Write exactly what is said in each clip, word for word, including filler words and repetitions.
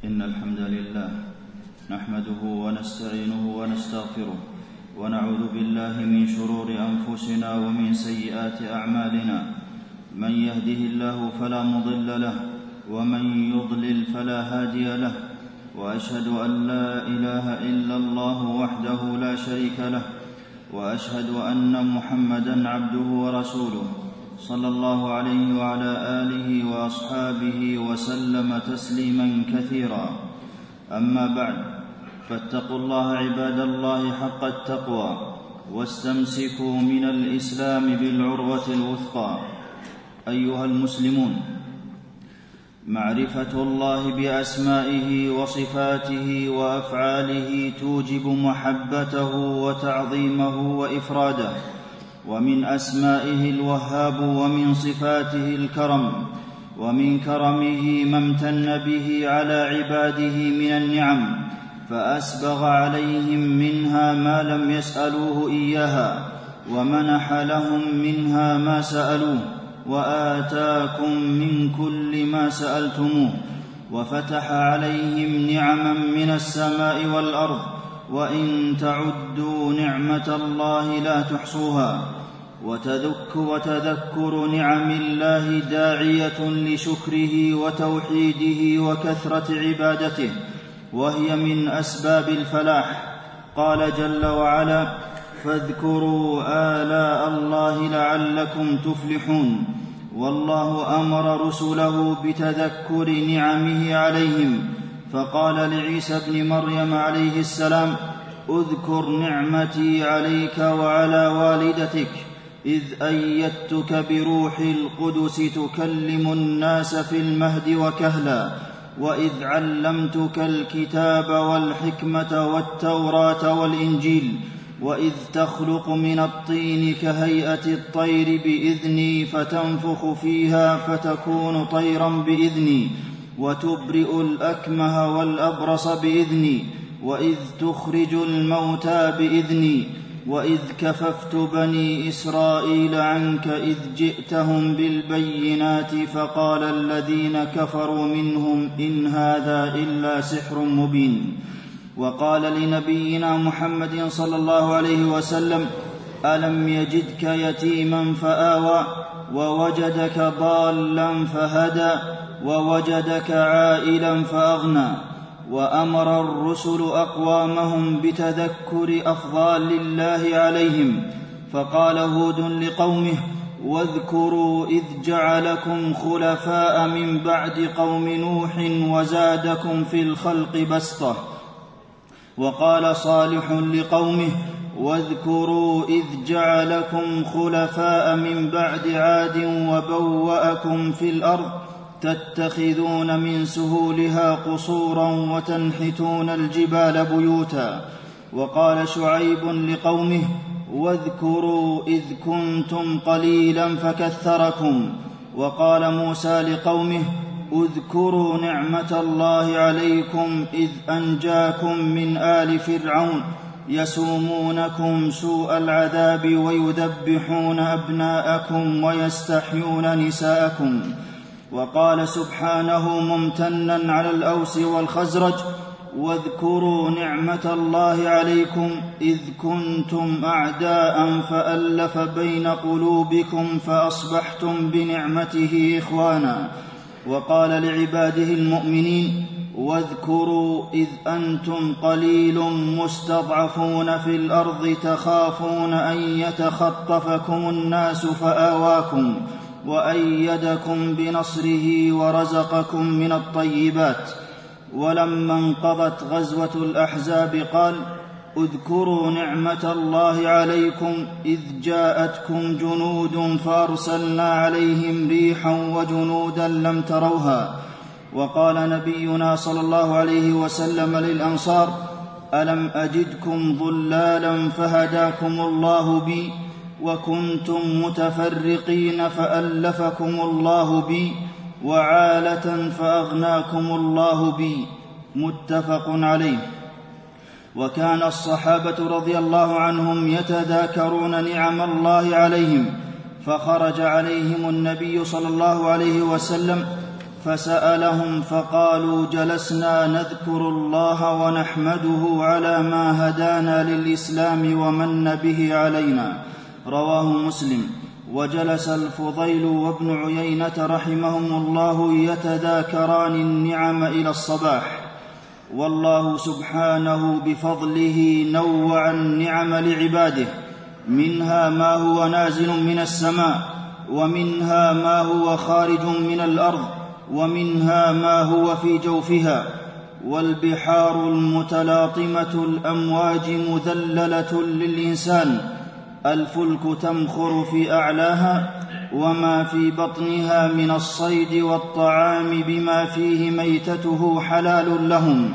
إن الحمد لله نحمده ونستعينه ونستغفره ونعوذ بالله من شرور أنفسنا ومن سيئات أعمالنا. من يهده الله فلا مضل له ومن يضلل فلا هادي له، وأشهد أن لا إله إلا الله وحده لا شريك له، وأشهد أن محمدًا عبده ورسوله صلى الله عليه وعلى آله وأصحابه وسلم تسليما كثيرا. أما بعد، فاتقوا الله عباد الله حق التقوى، واستمسكوا من الإسلام بالعروة الوثقى. أيها المسلمون، معرفة الله بأسمائه وصفاته وأفعاله توجب محبته وتعظيمه وإفراده، ومن أسمائه الوهاب، ومن صفاته الكرم، ومن كرمه ما امتن به على عباده من النعم، فأسبغ عليهم منها ما لم يسألوه إياها، ومنح لهم منها ما سألوه، وآتاكم من كل ما سألتموه، وفتح عليهم نعما من السماء والأرض، وإن تعدوا نعمة الله لا تحصوها. وتذكر نعم الله داعية لشكره وتوحيده وكثرة عبادته، وهي من أسباب الفلاح. قال جل وعلا: فاذكروا آلاء الله لعلكم تفلحون. والله أمر رسله بتذكر نعمه عليهم، فقال لعيسى ابن مريم عليه السلام: اذكر نعمتي عليك وعلى والدتك إذ أيدتك بروح القدس تكلم الناس في المهد وكهلا، وإذ علمتك الكتاب والحكمة والتوراة والإنجيل، وإذ تخلق من الطين كهيئة الطير بإذني فتنفخ فيها فتكون طيرا بإذني، وتبرئ الأكمه والأبرص بإذني، وإذ تخرج الموتى بإذني، وإذ كففت بني إسرائيل عنك إذ جئتهم بالبينات فقال الذين كفروا منهم إن هذا إلا سحر مبين. وقال لنبينا محمد صلى الله عليه وسلم: ألم يجدك يتيما فآوى، ووجدك ضالا فهدى، ووجدك عائلا فأغنى. وأمر الرسل أقوامهم بتذكر أفضال الله عليهم، فقال هود لقومه: واذكروا إذ جعلكم خلفاء من بعد قوم نوح وزادكم في الخلق بسطة. وقال صالح لقومه: واذكروا إذ جعلكم خلفاء من بعد عاد وبوأكم في الأرض تتخذون من سهولها قصورا وتنحتون الجبال بيوتا. وقال شعيب لقومه: واذكروا إذ كنتم قليلا فكثركم. وقال موسى لقومه: اذكروا نعمة الله عليكم إذ أنجاكم من آل فرعون يسومونكم سوء العذاب ويذبحون أبناءكم ويستحيون نساءكم. وقال سبحانه ممتنا على الأوس والخزرج: واذكروا نعمة الله عليكم إذ كنتم أعداء فألف بين قلوبكم فأصبحتم بنعمته إخوانا. وقال لعباده المؤمنين: واذكروا إذ أنتم قليل مستضعفون في الأرض تخافون أن يتخطفكم الناس فآواكم وأيدكم بنصره ورزقكم من الطيبات. ولما انقضت غزوة الأحزاب قال: اذكروا نعمة الله عليكم إذ جاءتكم جنود فأرسلنا عليهم ريحا وجنودا لم تروها. وقال نبينا صلى الله عليه وسلم للأنصار: ألم أجدكم ضلالا فهداكم الله بي، وكنتم متفرقين فألفكم الله بي، وعالة فأغناكم الله بي. متفق عليه. وكان الصحابة رضي الله عنهم يتذاكرون نعم الله عليهم، فخرج عليهم النبي صلى الله عليه وسلم فسألهم فقالوا: جلسنا نذكر الله ونحمده على ما هدانا للإسلام ومن به علينا. رواه مسلم. وجلس الفضيل وابن عيينة رحمهم الله يتذاكران النعم إلى الصباح، والله سبحانه بفضله نوع النعم لعباده، منها ما هو نازل من السماء، ومنها ما هو خارج من الأرض، ومنها ما هو في جوفها. والبحار المتلاطمة الأمواج مذللة للإنسان، الفلك تمخر في أعلاها، وما في بطنها من الصيد والطعام بما فيه ميتته حلال لهم،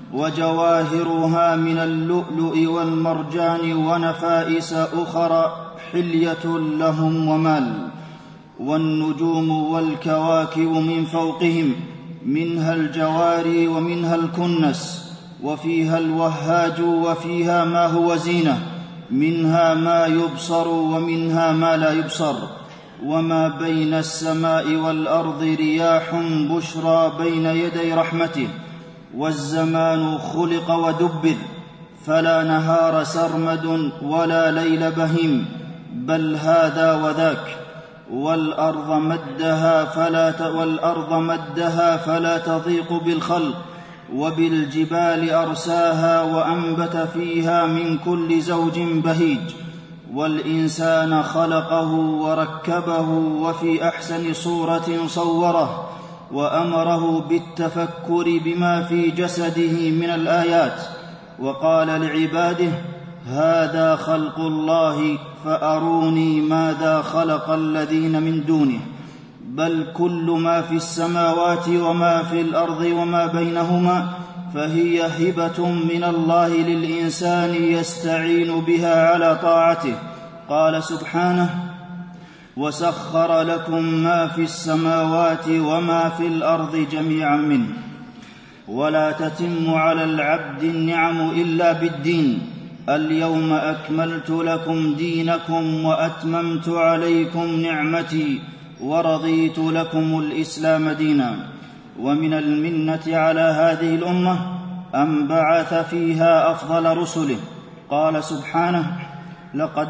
وجواهرها من اللؤلؤ والمرجان ونفائس أخرى حلية لهم ومال. والنجوم والكواكب من فوقهم، منها الجواري ومنها الكنس، وفيها الوهاج وفيها ما هو زينة، منها ما يبصر ومنها ما لا يبصر. وما بين السماء والأرض رياح بشرى بين يدي رحمته. والزمان خلق ودبر، فلا نهار سرمد ولا ليل بهيم، بل هذا وذاك. والأرض مدها فلا, والأرض مدها فلا تضيق بالخلق، وبالجبال أرساها وأنبت فيها من كل زوج بهيج. والإنسان خلقه وركبه وفي أحسن صورة صوره، وأمره بالتفكر بما في جسده من الآيات، وقال لعباده: هذا خلق الله فأروني ماذا خلق الذين من دونه. بل كل ما في السماوات وما في الأرض وما بينهما فهي هبة من الله للإنسان يستعين بها على طاعته. قال سبحانه: وسخر لكم ما في السماوات وما في الأرض جميعا منه. ولا تتم على العبد النعم إلا بالدين. اليوم أكملت لكم دينكم وأتممت عليكم نعمتي ورضيت لكم الإسلام دينا. ومن المنة على هذه الأمة أن بعث فيها أفضل رسله. قال سبحانه: لقد,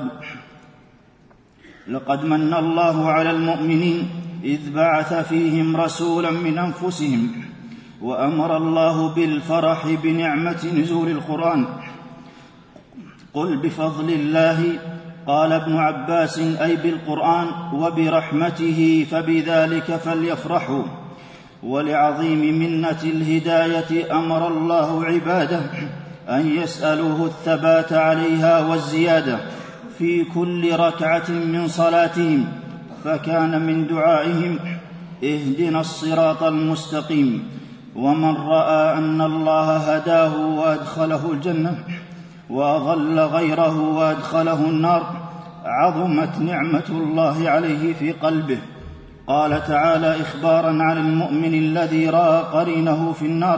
لقد من الله على المؤمنين إذ بعث فيهم رسولا من أنفسهم. وأمر الله بالفرح بنعمة نزول القرآن. قل بفضل الله. قال ابن عباس: أي بالقرآن وبرحمته فبذلك فليفرحوا. ولعظيم منة الهداية أمر الله عباده أن يسألوه الثبات عليها والزيادة في كل ركعة من صلاتهم، فكان من دعائهم: اهدنا الصراط المستقيم. ومن رأى أن الله هداه وأدخله الجنة وأضل غيره وأدخله النار عظمت نعمة الله عليه في قلبه. قال تعالى إخباراً عن المؤمن الذي رأى قرينه في النار: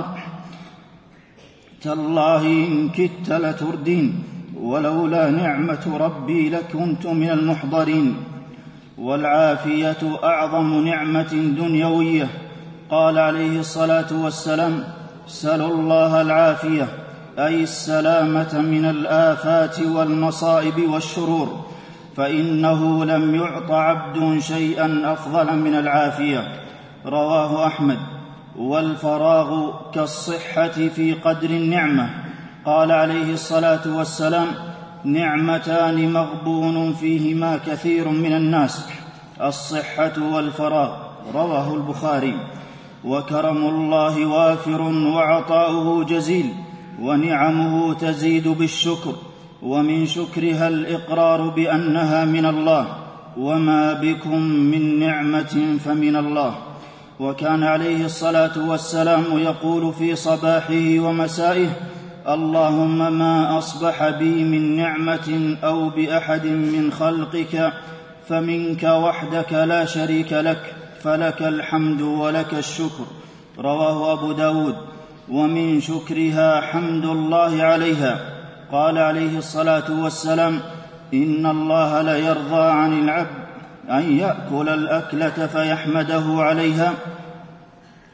تالله إن كدت لتردين ولولا نعمة ربي لكنت من المحضرين. والعافية أعظم نعمة دنيوية. قال عليه الصلاة والسلام: سلوا الله العافية، أي السلامة من الآفات والمصائب والشرور، فإنه لم يعط عبد شيئا أفضل من العافية. رواه أحمد. والفراغ كالصحة في قدر النعمة. قال عليه الصلاة والسلام: نعمتان مغبون فيهما كثير من الناس، الصحة والفراغ. رواه البخاري. وكرم الله وافر وعطاؤه جزيل، ونعمه تزيد بالشكر، ومن شكرها الإقرار بأنها من الله، وما بكم من نعمة فمن الله. وكان عليه الصلاة والسلام يقول في صباحه ومسائه: اللهم ما أصبح بي من نعمة أو بأحد من خلقك فمنك وحدك لا شريك لك، فلك الحمد ولك الشكر. رواه أبو داود. ومن شكرها حمد الله عليها. قال عليه الصلاة والسلام: إن الله ليرضى عن العبد أن يأكل الأكلة فيحمده عليها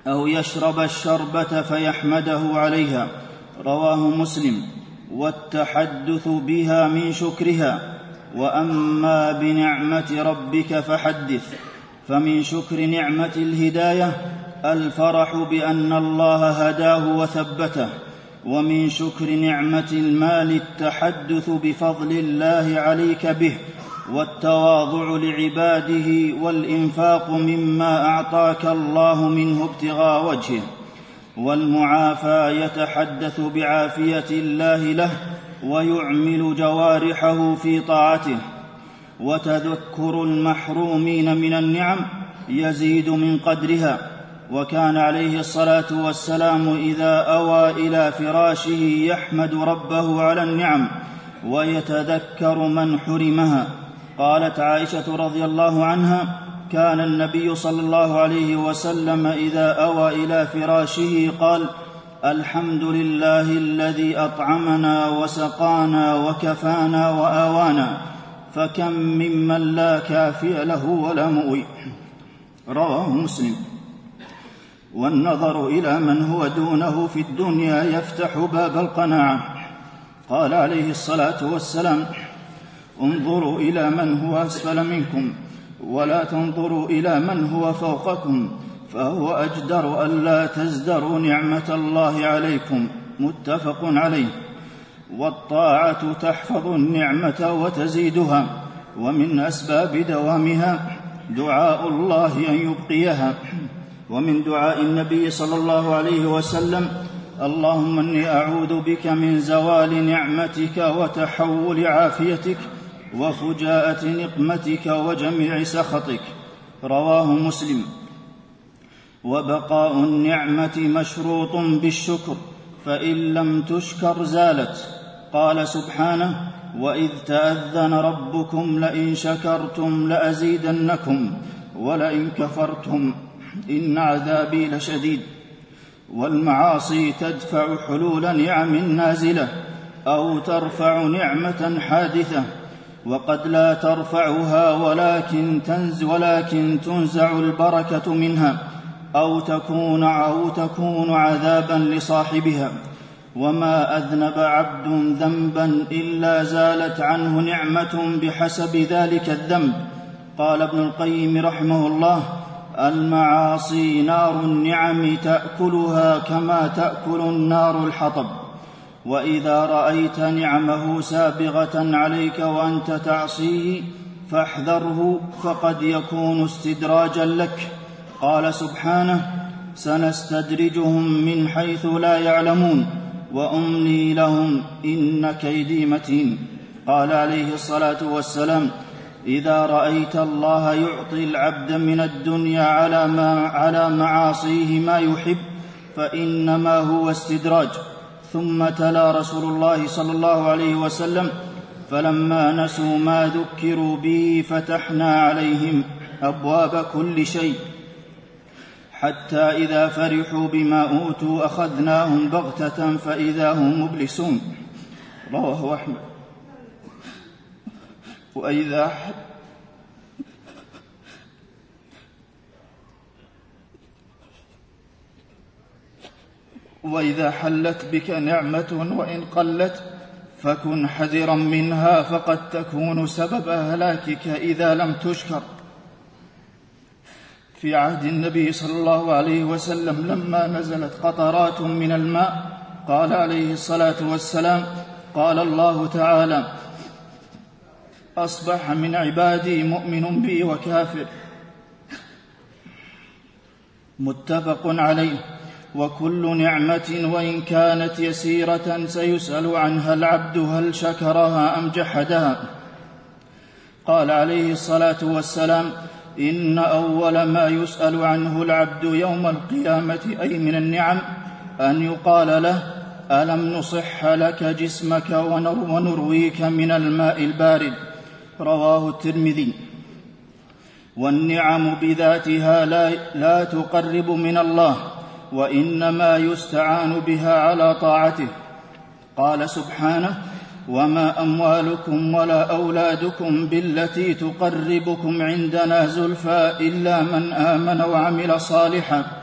أو يشرب الشربة فيحمده عليها. رواه مسلم. والتحدث بها من شكرها. وأما بنعمة ربك فحدث، فمن شكر نعمة الهداية الفرح بأن الله هداه وثبته، ومن شكر نعمة المال التحدث بفضل الله عليك به، والتواضع لعباده والإنفاق مما أعطاك الله منه ابتغاء وجهه، والمعافى يتحدث بعافية الله له ويعمل جوارحه في طاعته، وتذكر المحرومين من النعم يزيد من قدرها. وكان عليه الصلاة والسلام إذا أوى إلى فراشه يحمد ربه على النعم ويتذكر من حرمها. قالت عائشة رضي الله عنها: كان النبي صلى الله عليه وسلم إذا أوى إلى فراشه قال: الحمد لله الذي أطعمنا وسقانا وكفانا وآوانا، فكم ممن لا كافي له ولا مؤوي. رواه مسلم. والنظر إلى من هو دونه في الدنيا يفتح باب القناعة. قال عليه الصلاة والسلام: انظروا إلى من هو أسفل منكم ولا تنظروا إلى من هو فوقكم، فهو أجدر ألا تزدروا نعمة الله عليكم. متفق عليه. والطاعة تحفظ النعمة وتزيدها، ومن أسباب دوامها دعاء الله أن يبقيها. ومن دعاء النبي صلى الله عليه وسلم: اللهم إني أعوذ بك من زوال نعمتك وتحول عافيتك وفجاءة نقمتك وجميع سخطك. رواه مسلم. وبقاء النعمة مشروط بالشكر، فإن لم تشكر زالت. قال سبحانه: وإذ تأذن ربكم لئن شكرتم لأزيدنكم ولئن كفرتم إن عذابي لشديد. والمعاصي تدفع حلول نعم نازلة أو ترفع نعمة حادثة، وقد لا ترفعها ولكن, تنز ولكن تنزع البركة منها أو تكون, أو تكون عذابا لصاحبها. وما أذنب عبد ذنبا إلا زالت عنه نعمة بحسب ذلك الذنب. قال ابن القيم رحمه الله: المعاصي نار النعم تأكلها كما تأكل النار الحطب. وإذا رأيت نعمه سابغة عليك وأنت تعصيه فاحذره، فقد يكون استدراجا لك. قال سبحانه: سنستدرجهم من حيث لا يعلمون وأملي لهم إن كيدي متين. قال عليه الصلاة والسلام: إذا رأيت الله يعطي العبد من الدنيا على, ما على معاصيه ما يحب فإنما هو استدراج. ثم تلا رسول الله صلى الله عليه وسلم: فلما نسوا ما ذكروا به فتحنا عليهم أبواب كل شيء حتى إذا فرحوا بما أوتوا أخذناهم بغتة فإذا هم مبلسون. رواه أحمد. وإذا وإذا حلت بك نعمة وإن قلت فكن حذرا منها، فقد تكون سبب هلاكك إذا لم تشكر. في عهد النبي صلى الله عليه وسلم لما نزلت قطرات من الماء قال عليه الصلاة والسلام: قال الله تعالى: أصبح من عبادي مؤمن بي وكافر. متفق عليه. وكل نعمة وإن كانت يسيرة سيسأل عنها العبد هل شكرها أم جحدها. قال عليه الصلاة والسلام: إن أول ما يسأل عنه العبد يوم القيامة أي من النعم أن يقال له: ألم نصح لك جسمك ونرويك من الماء البارد. رواه الترمذي. والنعم بذاتها لا, لا تقرب من الله، وإنما يستعان بها على طاعته. قال سبحانه: وما أموالكم ولا أولادكم بالتي تقربكم عندنا زلفى إلا من آمن وعمل صالحا.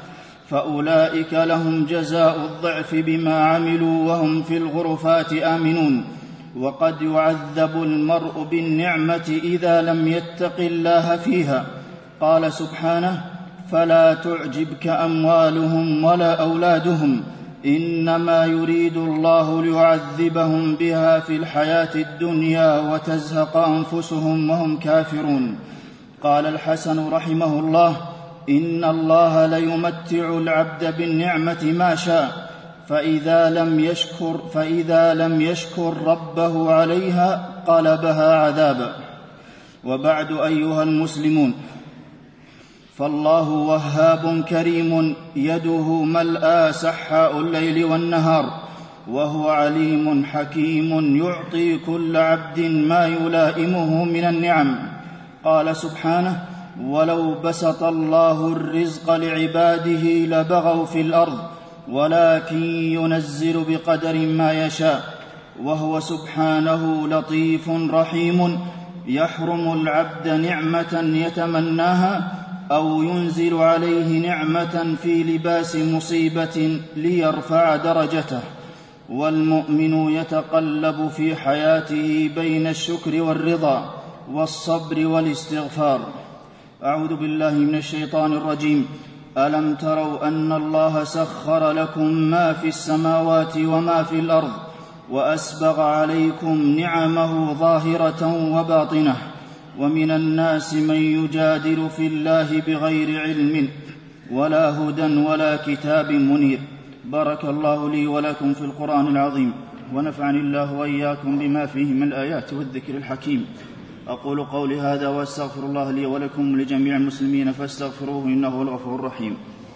فأولئك لهم جزاء الضعف بما عملوا وهم في الغرفات آمنون. وقد يعذب المرء بالنعمة إذا لم يتق الله فيها. قال سبحانه: فلا تعجبك أموالهم ولا أولادهم إنما يريد الله ليعذبهم بها في الحياة الدنيا وتزهق أنفسهم وهم كافرون. قال الحسن رحمه الله: إن الله ليمتع العبد بالنعمة ما شاء، فإذا لم يشكر, فإذا لم يشكر ربه عليها قلبها عذابا. وبعد أيها المسلمون، فالله وهاب كريم يده ملأى سحاء الليل والنهار، وهو عليم حكيم يعطي كل عبد ما يلائمه من النعم. قال سبحانه: ولو بسط الله الرزق لعباده لبغوا في الأرض ولكن ينزل بقدر ما يشاء، وهو سبحانه لطيف رحيم يحرم العبد نعمة يتمناها أو ينزل عليه نعمة في لباس مصيبة ليرفع درجته. والمؤمن يتقلب في حياته بين الشكر والرضا والصبر والاستغفار. أعوذ بالله من الشيطان الرجيم. ألم تروا أن الله سخر لكم ما في السماوات وما في الأرض وأسبغ عليكم نعمه ظاهرة وباطنة، ومن الناس من يجادل في الله بغير علم ولا هدى ولا كتاب منير. بارك الله لي ولكم في القرآن العظيم، ونفعني الله وإياكم بما فيه من الآيات والذكر الحكيم. أقول قولي هذا وأستغفر الله لي ولكم ولجميع المسلمين فاستغفروه إنه هو الغفور الرحيم.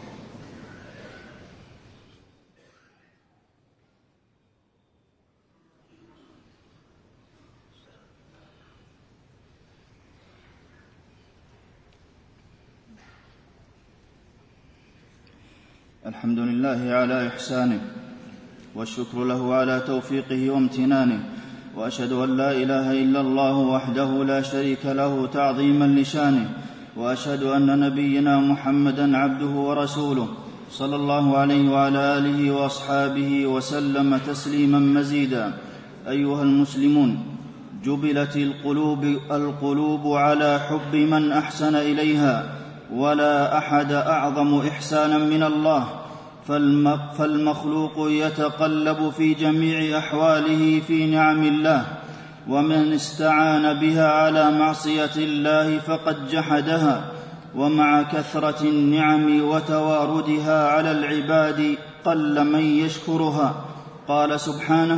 الحمد لله على إحسانه، والشكر له على توفيقه وامتنانه، وأشهد أن لا إله إلا الله وحده لا شريك له تعظيما لشانه، وأشهد أن نبينا محمدا عبده ورسوله صلى الله عليه وعلى آله وأصحابه وسلم تسليما مزيدا. أيها المسلمون، جبلت القلوب, القلوب على حب من أحسن إليها، ولا أحد أعظم إحسانا من الله، فالمخلوق يتقلب في جميع أحواله في نعم الله، ومن استعان بها على معصية الله فقد جحدها. ومع كثرة النعم وتواردها على العباد قل من يشكرها. قال سبحانه: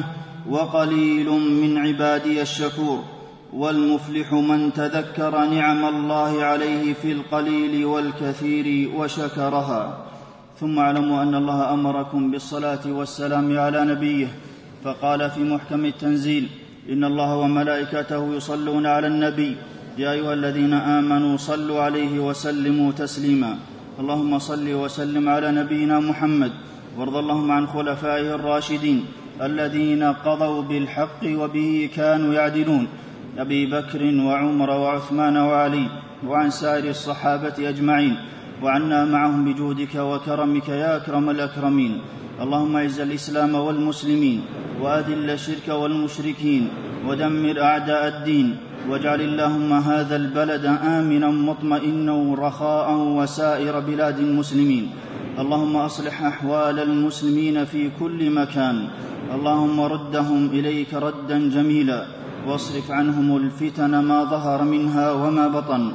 وقليل من عبادي الشكور. والمفلح من تذكر نعم الله عليه في القليل والكثير وشكرها. ثم اعلموا أن الله أمركم بالصلاة والسلام على نبيه، فقال في محكم التنزيل: إن الله وملائكته يصلون على النبي يا أيها الذين آمنوا صلوا عليه وسلموا تسليما. اللهم صل وسلم على نبينا محمد، وارض اللهم عن خلفائه الراشدين الذين قضوا بالحق وبه كانوا يعدلون، أبي بكر وعمر وعثمان وعلي، وعن سائر الصحابة أجمعين، وعنا معهم بجودك وكرمك يا أكرم الأكرمين. اللهم اعز الإسلام والمسلمين، وأذل الشرك والمشركين، ودمر أعداء الدين، واجعل اللهم هذا البلد آمنا مطمئنا رخاء وسائر بلاد المسلمين. اللهم أصلح أحوال المسلمين في كل مكان. اللهم ردهم إليك ردا جميلا، واصرف عنهم الفتن ما ظهر منها وما بطن.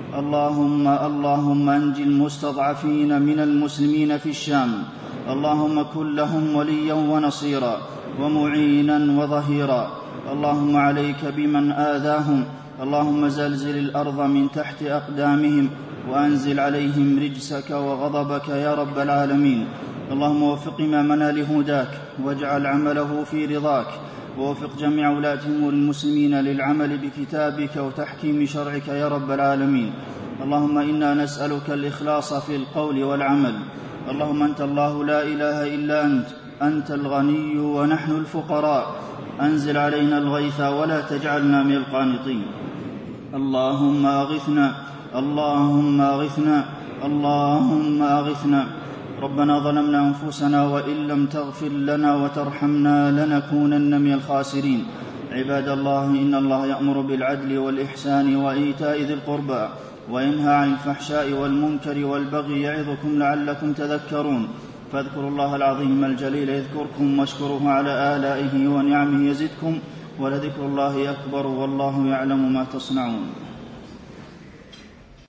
اللهم اللهم انج المستضعفين من المسلمين في الشام. اللهم كن لهم وليا ونصيرا ومعينا وظهيرا. اللهم عليك بمن آذاهم. اللهم زلزل الأرض من تحت أقدامهم، وأنزل عليهم رجسك وغضبك يا رب العالمين. اللهم وفق إمامنا لهداك، واجعل عمله في رضاك، ووفق جميع ولاة أمور المسلمين للعمل بكتابك وتحكيم شرعك يا رب العالمين. اللهم إنا نسألك الإخلاص في القول والعمل. اللهم أنت الله لا إله إلا أنت، أنت الغني ونحن الفقراء. أنزل علينا الغيث ولا تجعلنا من القانطين. اللهم أغثنا، اللهم أغثنا، اللهم أغثنا. ربنا ظلمنا أنفسنا وإن لم تغفر لنا وترحمنا لنكونن من الخاسرين. عباد الله، إن الله يأمر بالعدل والإحسان وإيتاء ذي القربى وينهى عن الفحشاء والمنكر والبغي يعظكم لعلكم تذكرون. فاذكروا الله العظيم الجليل يذكركم واشكروه على آلائه ونعمه يزدكم ولذكر الله أكبر والله يعلم ما تصنعون.